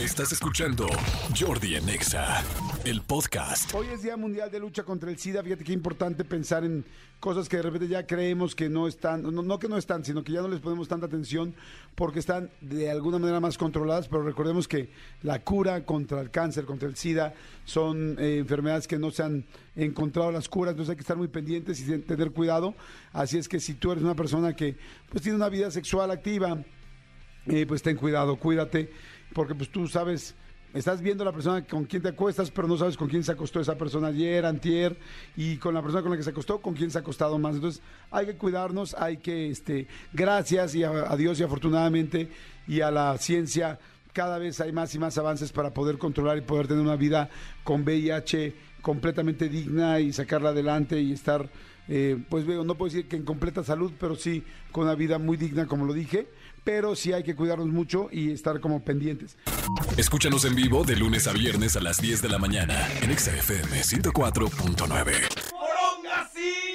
Estás escuchando Jordi en Exa, el podcast. Hoy es Día Mundial de Lucha contra el SIDA. Fíjate qué importante pensar en cosas que de repente ya creemos que no están, no que no están, sino que ya no les ponemos tanta atención porque están de alguna manera más controladas, pero recordemos que la cura contra el cáncer, contra el SIDA, son enfermedades que no se han encontrado las curas, entonces hay que estar muy pendientes y tener cuidado. Así es que si tú eres una persona que pues tiene una vida sexual activa, pues ten cuidado, cuídate, porque pues tú sabes, estás viendo a la persona con quien te acuestas, pero no sabes con quién se acostó esa persona ayer, antier, y con la persona con la que se acostó, con quién se ha acostado más. Entonces hay que cuidarnos, hay que, gracias y a Dios y afortunadamente y a la ciencia, cada vez hay más y más avances para poder controlar y poder tener una vida con VIH completamente digna y sacarla adelante y estar, pues veo, no puedo decir que en completa salud, pero sí con una vida muy digna, como lo dije. Pero sí hay que cuidarnos mucho y estar como pendientes. Escúchanos en vivo de lunes a viernes a las 10 de la mañana en Exa FM 104.9. ¡Moronga, sí!